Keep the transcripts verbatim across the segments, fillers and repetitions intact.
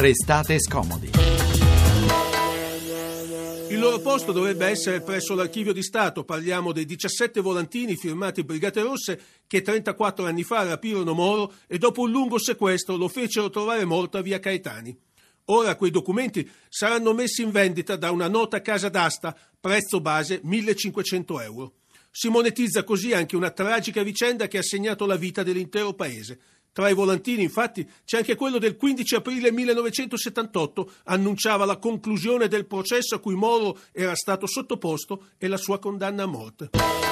Restate scomodi. Il loro posto dovrebbe essere presso l'Archivio di Stato. Parliamo dei diciassette volantini firmati Brigate Rosse che trentaquattro anni fa rapirono Moro e dopo un lungo sequestro lo fecero trovare morto a via Caetani. Ora quei documenti saranno messi in vendita da una nota casa d'asta, prezzo base millecinquecento euro. Si monetizza così anche una tragica vicenda che ha segnato la vita dell'intero paese. Tra i volantini, infatti, c'è anche quello del quindici aprile millenovecentosettantotto, annunciava la conclusione del processo a cui Moro era stato sottoposto e la sua condanna a morte.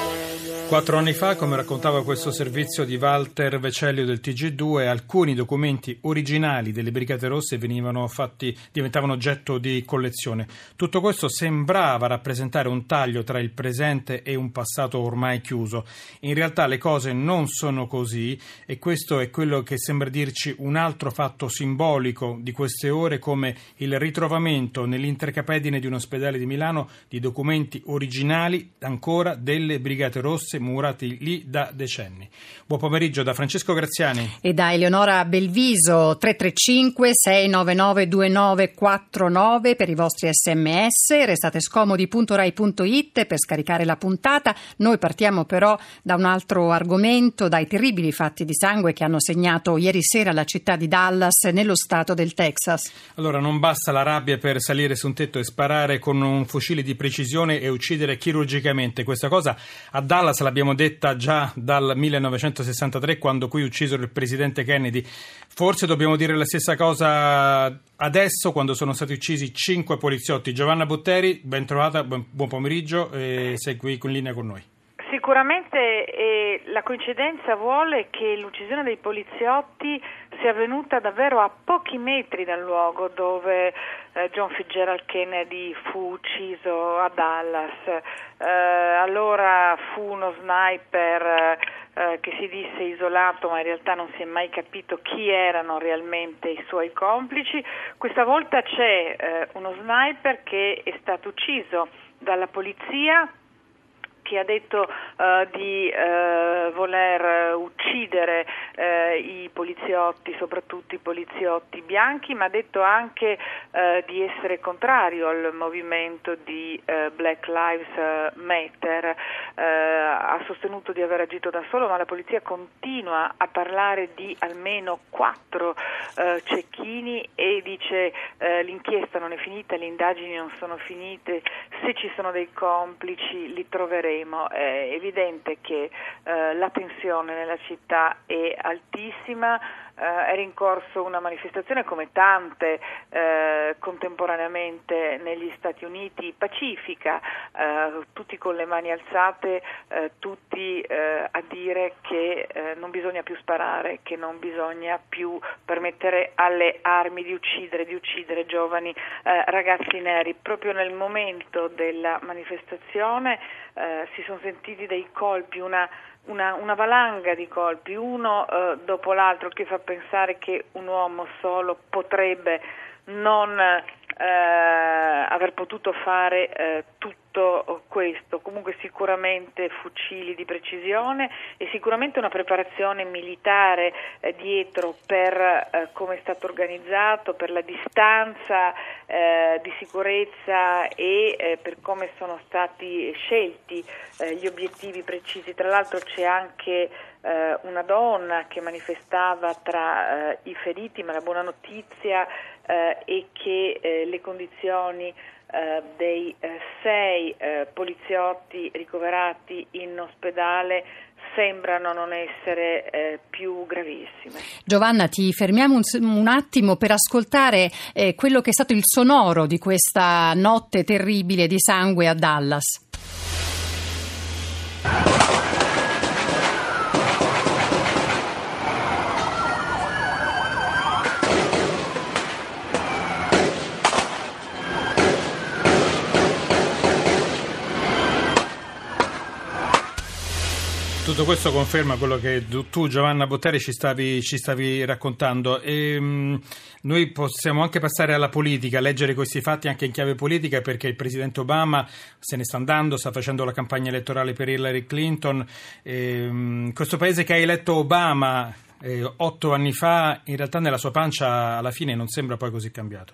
Quattro anni fa, come raccontava questo servizio di Walter Vecellio del T G due, alcuni documenti originali delle Brigate Rosse venivano fatti, diventavano oggetto di collezione. Tutto questo sembrava rappresentare un taglio tra il presente e un passato ormai chiuso. In realtà le cose non sono così e questo è quello che sembra dirci un altro fatto simbolico di queste ore, come il ritrovamento nell'intercapedine di un ospedale di Milano di documenti originali ancora delle Brigate Rosse murati lì da decenni. Buon pomeriggio da Francesco Graziani e da Eleonora Belviso. Tre tre cinque sei nove nove due nove quattro nove per i vostri sms. Restate scomodi punto rai punto it per scaricare la puntata. Noi partiamo però da un altro argomento, dai terribili fatti di sangue che hanno segnato ieri sera la città di Dallas nello stato del Texas. Allora, non basta la rabbia per salire su un tetto e sparare con un fucile di precisione e uccidere chirurgicamente. Questa cosa a Dallas l'abbiamo detta già dal millenovecentosessantatré, quando qui uccisero il presidente Kennedy. Forse dobbiamo dire la stessa cosa adesso, quando sono stati uccisi cinque poliziotti. Giovanna Botteri, ben trovata, buon, buon pomeriggio, e sei qui in linea con noi. Sicuramente eh, la coincidenza vuole che l'uccisione dei poliziotti sia avvenuta davvero a pochi metri dal luogo dove eh, John Fitzgerald Kennedy fu ucciso, a Dallas. Eh, allora fu uno sniper eh, che si disse isolato, ma in realtà non si è mai capito chi erano realmente i suoi complici. Questa volta c'è eh, uno sniper che è stato ucciso dalla polizia, che ha detto uh, di uh, voler uccidere uh, i poliziotti, soprattutto i poliziotti bianchi, ma ha detto anche uh, di essere contrario al movimento di uh, Black Lives Matter. Uh, ha sostenuto di aver agito da solo, ma la polizia continua a parlare di almeno quattro uh, cecchini e dice uh, l'inchiesta non è finita, le indagini non sono finite, se ci sono dei complici li troveremo. È evidente che eh, la tensione nella città è altissima. Eh, era in corso una manifestazione come tante eh, contemporaneamente negli Stati Uniti, pacifica, eh, tutti con le mani alzate, eh, tutti eh, a dire che eh, non bisogna più sparare, che non bisogna più permettere alle armi di uccidere, di uccidere giovani eh, ragazzi neri. Proprio nel momento della manifestazione eh, si sono sentiti dei colpi, una Una, una valanga di colpi, uno eh, dopo l'altro, che fa pensare che un uomo solo potrebbe non eh, aver potuto fare eh, tutto questo. Comunque sicuramente fucili di precisione e sicuramente una preparazione militare eh, dietro per eh, come è stato organizzato, per la distanza eh, di sicurezza e eh, per come sono stati scelti eh, gli obiettivi precisi. Tra l'altro c'è anche eh, una donna che manifestava tra eh, i feriti, ma la buona notizia eh, è che eh, le condizioni Uh, dei uh, sei uh, poliziotti ricoverati in ospedale sembrano non essere uh, più gravissime. Giovanna, ti fermiamo un, un attimo per ascoltare eh, quello che è stato il sonoro di questa notte terribile di sangue a Dallas. Tutto questo conferma quello che tu, Giovanna Botteri, ci stavi, ci stavi raccontando. E, mh, noi possiamo anche passare alla politica, leggere questi fatti anche in chiave politica, perché il presidente Obama se ne sta andando, sta facendo la campagna elettorale per Hillary Clinton. E, mh, questo paese che ha eletto Obama eh, otto anni fa, in realtà nella sua pancia alla fine non sembra poi così cambiato.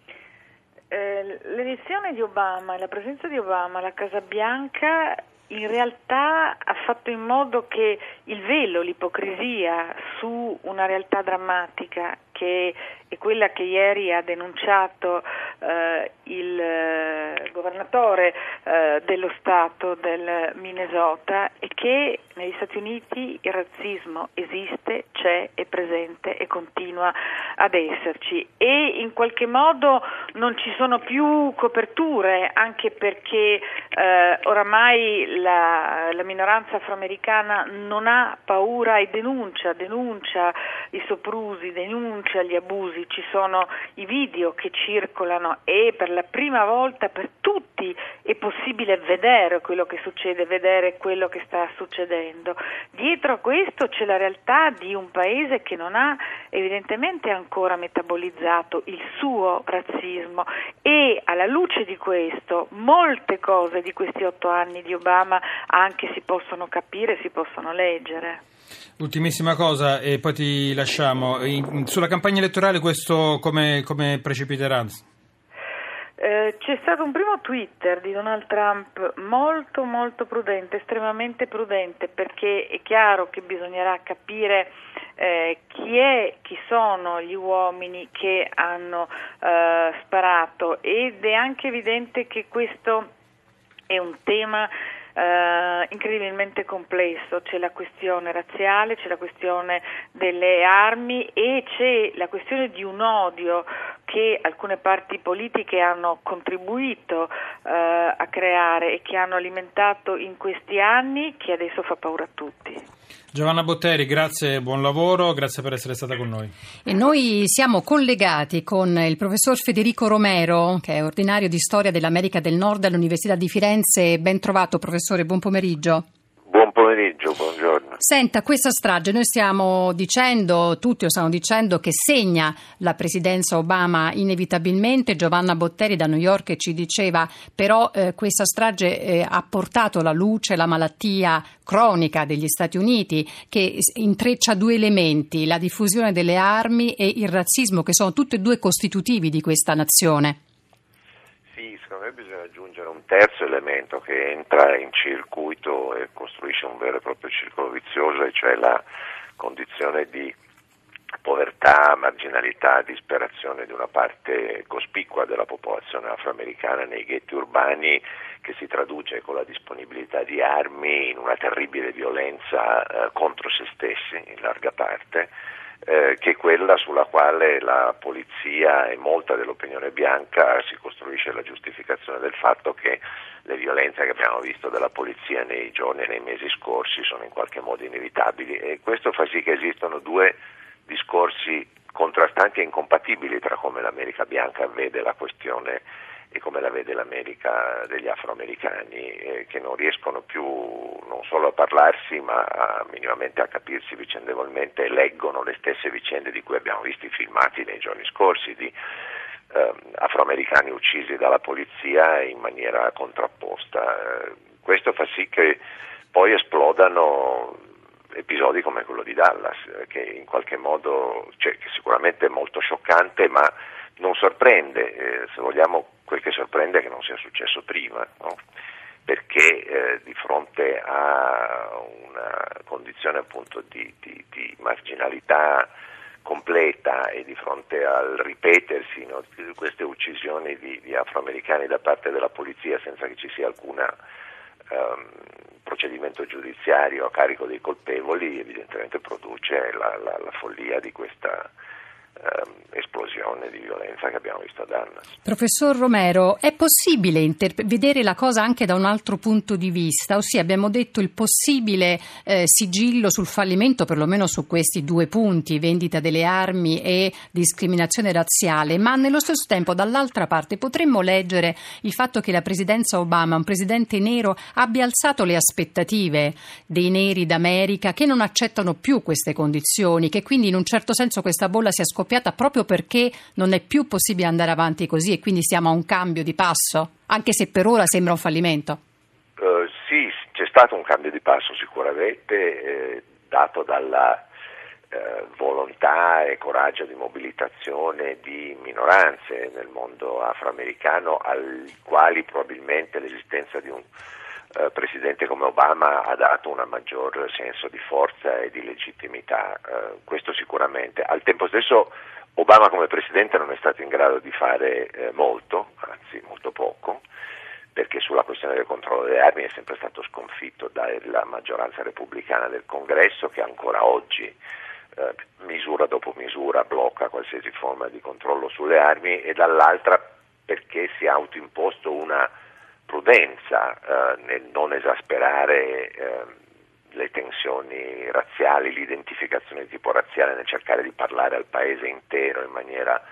Eh, l'elezione di Obama e la presenza di Obama alla Casa Bianca in realtà ha fatto in modo che il velo, l'ipocrisia su una realtà drammatica che è quella che ieri ha denunciato eh, il eh, governatore eh, dello Stato del Minnesota, e che negli Stati Uniti il razzismo esiste, c'è, è presente e continua ad esserci, e in qualche modo non ci sono più coperture, anche perché eh, oramai la, la minoranza afroamericana non ha paura e denuncia, denuncia i soprusi, denuncia gli abusi. Ci sono i video che circolano e per la prima volta per tutti è possibile vedere quello che succede, vedere quello che sta succedendo. Dietro a questo c'è la realtà di un paese che non ha evidentemente ancora metabolizzato il suo razzismo, e alla luce di questo molte cose di questi otto anni di Obama anche si possono capire, si possono leggere. Ultimissima cosa e poi ti lasciamo. In, sulla campagna elettorale questo come, come precipiterà? Eh, c'è stato un primo Twitter di Donald Trump molto molto prudente, estremamente prudente, perché è chiaro che bisognerà capire eh, chi è, chi sono gli uomini che hanno eh, sparato, ed è anche evidente che questo è un tema Uh, incredibilmente complesso. C'è la questione razziale, c'è la questione delle armi e c'è la questione di un odio che alcune parti politiche hanno contribuito uh, a creare e che hanno alimentato in questi anni, che adesso fa paura a tutti. Giovanna Botteri, grazie, buon lavoro, grazie per essere stata con noi. E noi siamo collegati con il professor Federico Romero, che è ordinario di storia dell'America del Nord all'Università di Firenze. Ben trovato, professore, buon pomeriggio. Buon pomeriggio, buongiorno. Senta, questa strage, noi stiamo dicendo, tutti lo stanno dicendo, che segna la presidenza Obama inevitabilmente. Giovanna Botteri da New York ci diceva, però eh, questa strage eh, ha portato alla luce la malattia cronica degli Stati Uniti, che intreccia due elementi, la diffusione delle armi e il razzismo, che sono tutti e due costitutivi di questa nazione. Secondo me bisogna aggiungere un terzo elemento che entra in circuito e costruisce un vero e proprio circolo vizioso, e cioè la condizione di povertà, marginalità, disperazione di una parte cospicua della popolazione afroamericana nei ghetti urbani, che si traduce con la disponibilità di armi in una terribile violenza eh, contro se stessi in larga parte. Eh, che è quella sulla quale la polizia e molta dell'opinione bianca si costruisce la giustificazione del fatto che le violenze che abbiamo visto della polizia nei giorni e nei mesi scorsi sono in qualche modo inevitabili, e questo fa sì che esistano due discorsi contrastanti e incompatibili tra come l'America bianca vede la questione e come la vede l'America degli afroamericani, eh, che non riescono più non solo a parlarsi ma a, minimamente a capirsi vicendevolmente, e leggono le stesse vicende di cui abbiamo visto i filmati nei giorni scorsi di eh, afroamericani uccisi dalla polizia in maniera contrapposta. Eh, questo fa sì che poi esplodano episodi come quello di Dallas, eh, che in qualche modo, cioè, che sicuramente è molto scioccante, ma non sorprende, eh, se vogliamo. Quel che sorprende è che non sia successo prima, no? Perché eh, di fronte a una condizione appunto di, di, di marginalità completa e di fronte al ripetersi, no, di queste uccisioni di, di afroamericani da parte della polizia senza che ci sia alcun um, procedimento giudiziario a carico dei colpevoli, evidentemente produce la, la, la follia di questa Um, esplosione di violenza che abbiamo visto a Dallas. Professor Romero, è possibile interp- vedere la cosa anche da un altro punto di vista? Ossia, abbiamo detto il possibile eh, sigillo sul fallimento, perlomeno su questi due punti, vendita delle armi e discriminazione razziale, ma nello stesso tempo dall'altra parte potremmo leggere il fatto che la presidenza Obama, un presidente nero, abbia alzato le aspettative dei neri d'America, che non accettano più queste condizioni, che quindi in un certo senso questa bolla sia scoppiata proprio perché non è più possibile andare avanti così, e quindi siamo a un cambio di passo, anche se per ora sembra un fallimento. Uh, sì, c'è stato un cambio di passo sicuramente, eh, dato dalla eh, volontà e coraggio di mobilitazione di minoranze nel mondo afroamericano, ai quali probabilmente l'esistenza di un eh, presidente come Obama ha dato un maggior senso di forza e di legittimità. Eh, questo sicuramente. Al tempo stesso Obama come presidente non è stato in grado di fare eh, molto, anzi molto poco, perché sulla questione del controllo delle armi è sempre stato sconfitto dalla maggioranza repubblicana del Congresso, che ancora oggi eh, misura dopo misura blocca qualsiasi forma di controllo sulle armi, e dall'altra perché si è autoimposto una prudenza eh, nel non esasperare eh, le tensioni razziali, l'identificazione di tipo razziale, nel cercare di parlare al paese intero in maniera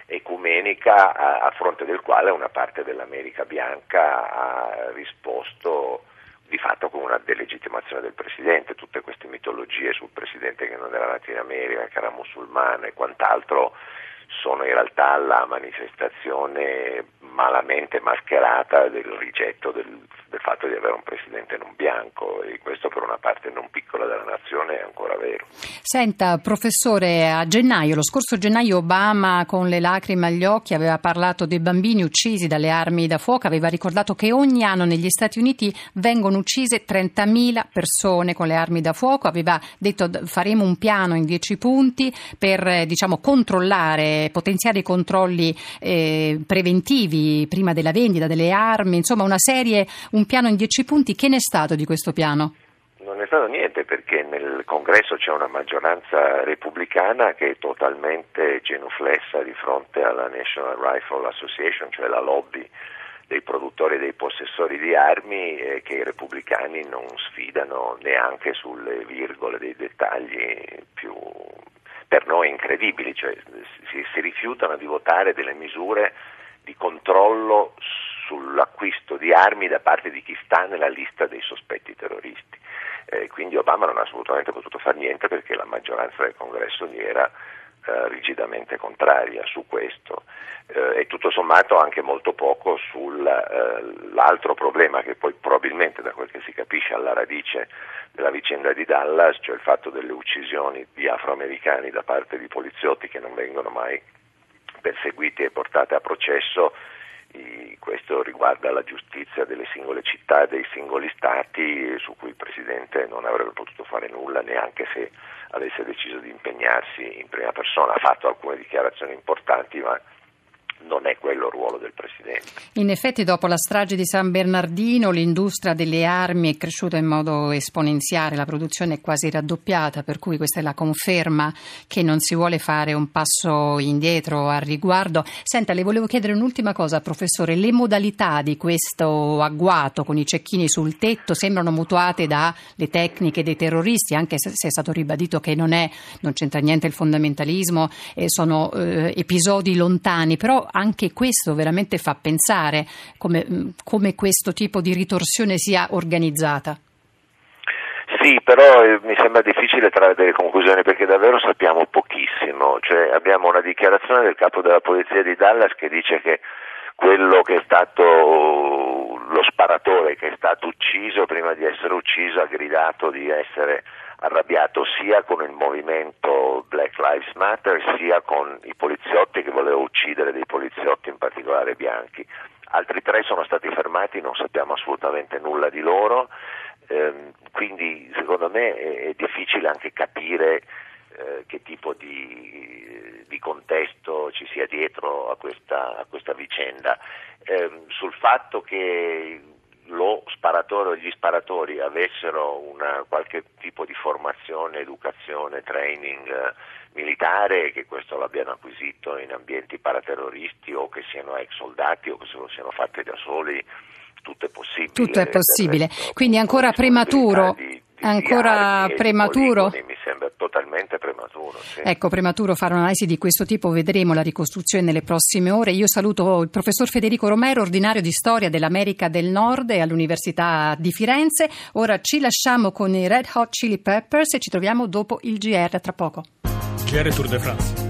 ecumenica, a, a fronte del quale una parte dell'America bianca ha risposto di fatto con una delegittimazione del presidente. Tutte queste mitologie sul presidente che non era nato in America, che era musulmano e quant'altro sono in realtà la manifestazione malamente mascherata del rigetto del, del fatto di avere un presidente non bianco, e questo per una parte non piccola della nazione è ancora vero. Senta, professore, a gennaio, lo scorso gennaio, Obama con le lacrime agli occhi aveva parlato dei bambini uccisi dalle armi da fuoco, aveva ricordato che ogni anno negli Stati Uniti vengono uccise trentamila persone con le armi da fuoco, aveva detto faremo un piano in dieci punti per diciamo controllare, potenziare i controlli eh, preventivi prima della vendita delle armi, insomma una serie, un piano in dieci punti. Che ne è stato di questo piano? Non è stato niente, perché nel Congresso c'è una maggioranza repubblicana che è totalmente genuflessa di fronte alla National Rifle Association, cioè la lobby dei produttori e dei possessori di armi, eh, che i repubblicani non sfidano neanche sulle virgole dei dettagli più per noi incredibili, cioè si, si rifiutano di votare delle misure di controllo sull'acquisto di armi da parte di chi sta nella lista dei sospetti terroristi. Eh, quindi Obama non ha assolutamente potuto fare niente, perché la maggioranza del Congresso gli era eh, rigidamente contraria su questo, eh, e tutto sommato anche molto poco sull'altro eh, problema, che poi probabilmente, da quel che si capisce, alla radice della vicenda di Dallas, cioè il fatto delle uccisioni di afroamericani da parte di poliziotti che non vengono mai perseguiti e portati a processo. Questo riguarda la giustizia delle singole città e dei singoli stati, su cui il Presidente non avrebbe potuto fare nulla, neanche se avesse deciso di impegnarsi in prima persona. Ha fatto alcune dichiarazioni importanti, ma non è quello il ruolo del Presidente. In effetti, dopo la strage di San Bernardino, l'industria delle armi è cresciuta in modo esponenziale, la produzione è quasi raddoppiata, per cui questa è la conferma che non si vuole fare un passo indietro al riguardo. Senta, le volevo chiedere un'ultima cosa, professore. Le modalità di questo agguato con i cecchini sul tetto sembrano mutuate dalle tecniche dei terroristi, anche se è stato ribadito che non è, non c'entra niente il fondamentalismo, eh, sono eh, episodi lontani, però anche questo veramente fa pensare come, come questo tipo di ritorsione sia organizzata. Sì, però eh, mi sembra difficile trarre delle conclusioni, perché davvero sappiamo pochissimo. Cioè, abbiamo una dichiarazione del capo della polizia di Dallas che dice che quello che è stato lo sparatore, che è stato ucciso, prima di essere ucciso ha gridato di essere arrabbiato sia con il movimento Black Lives Matter sia con i poliziotti, che voleva uccidere dei poliziotti, in particolare bianchi. Altri tre sono stati fermati, non sappiamo assolutamente nulla di loro, ehm, quindi secondo me è, è difficile anche capire eh, che tipo di, di contesto ci sia dietro a questa, a questa vicenda. Ehm, sul fatto che lo sparatore o gli sparatori avessero una qualche tipo di formazione, educazione, training eh, militare, che questo l'abbiano acquisito in ambienti paraterroristi, o che siano ex soldati, o che se lo siano fatti da soli, tutto è possibile. Tutto è possibile, quindi ancora prematuro. Di, di Ancora prematuro? Mi sembra totalmente prematuro. Sì. Ecco, prematuro fare un'analisi di questo tipo, vedremo la ricostruzione nelle prossime ore. Io saluto il professor Federico Romero, ordinario di storia dell'America del Nord e all'Università di Firenze. Ora ci lasciamo con i Red Hot Chili Peppers e ci troviamo dopo il G R tra poco. G R Tour de France.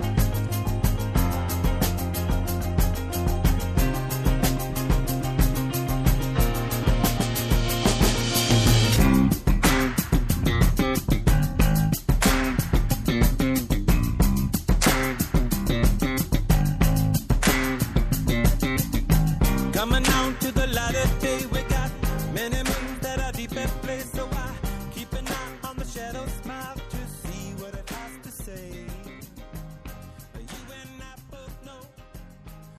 coming down to the latitude.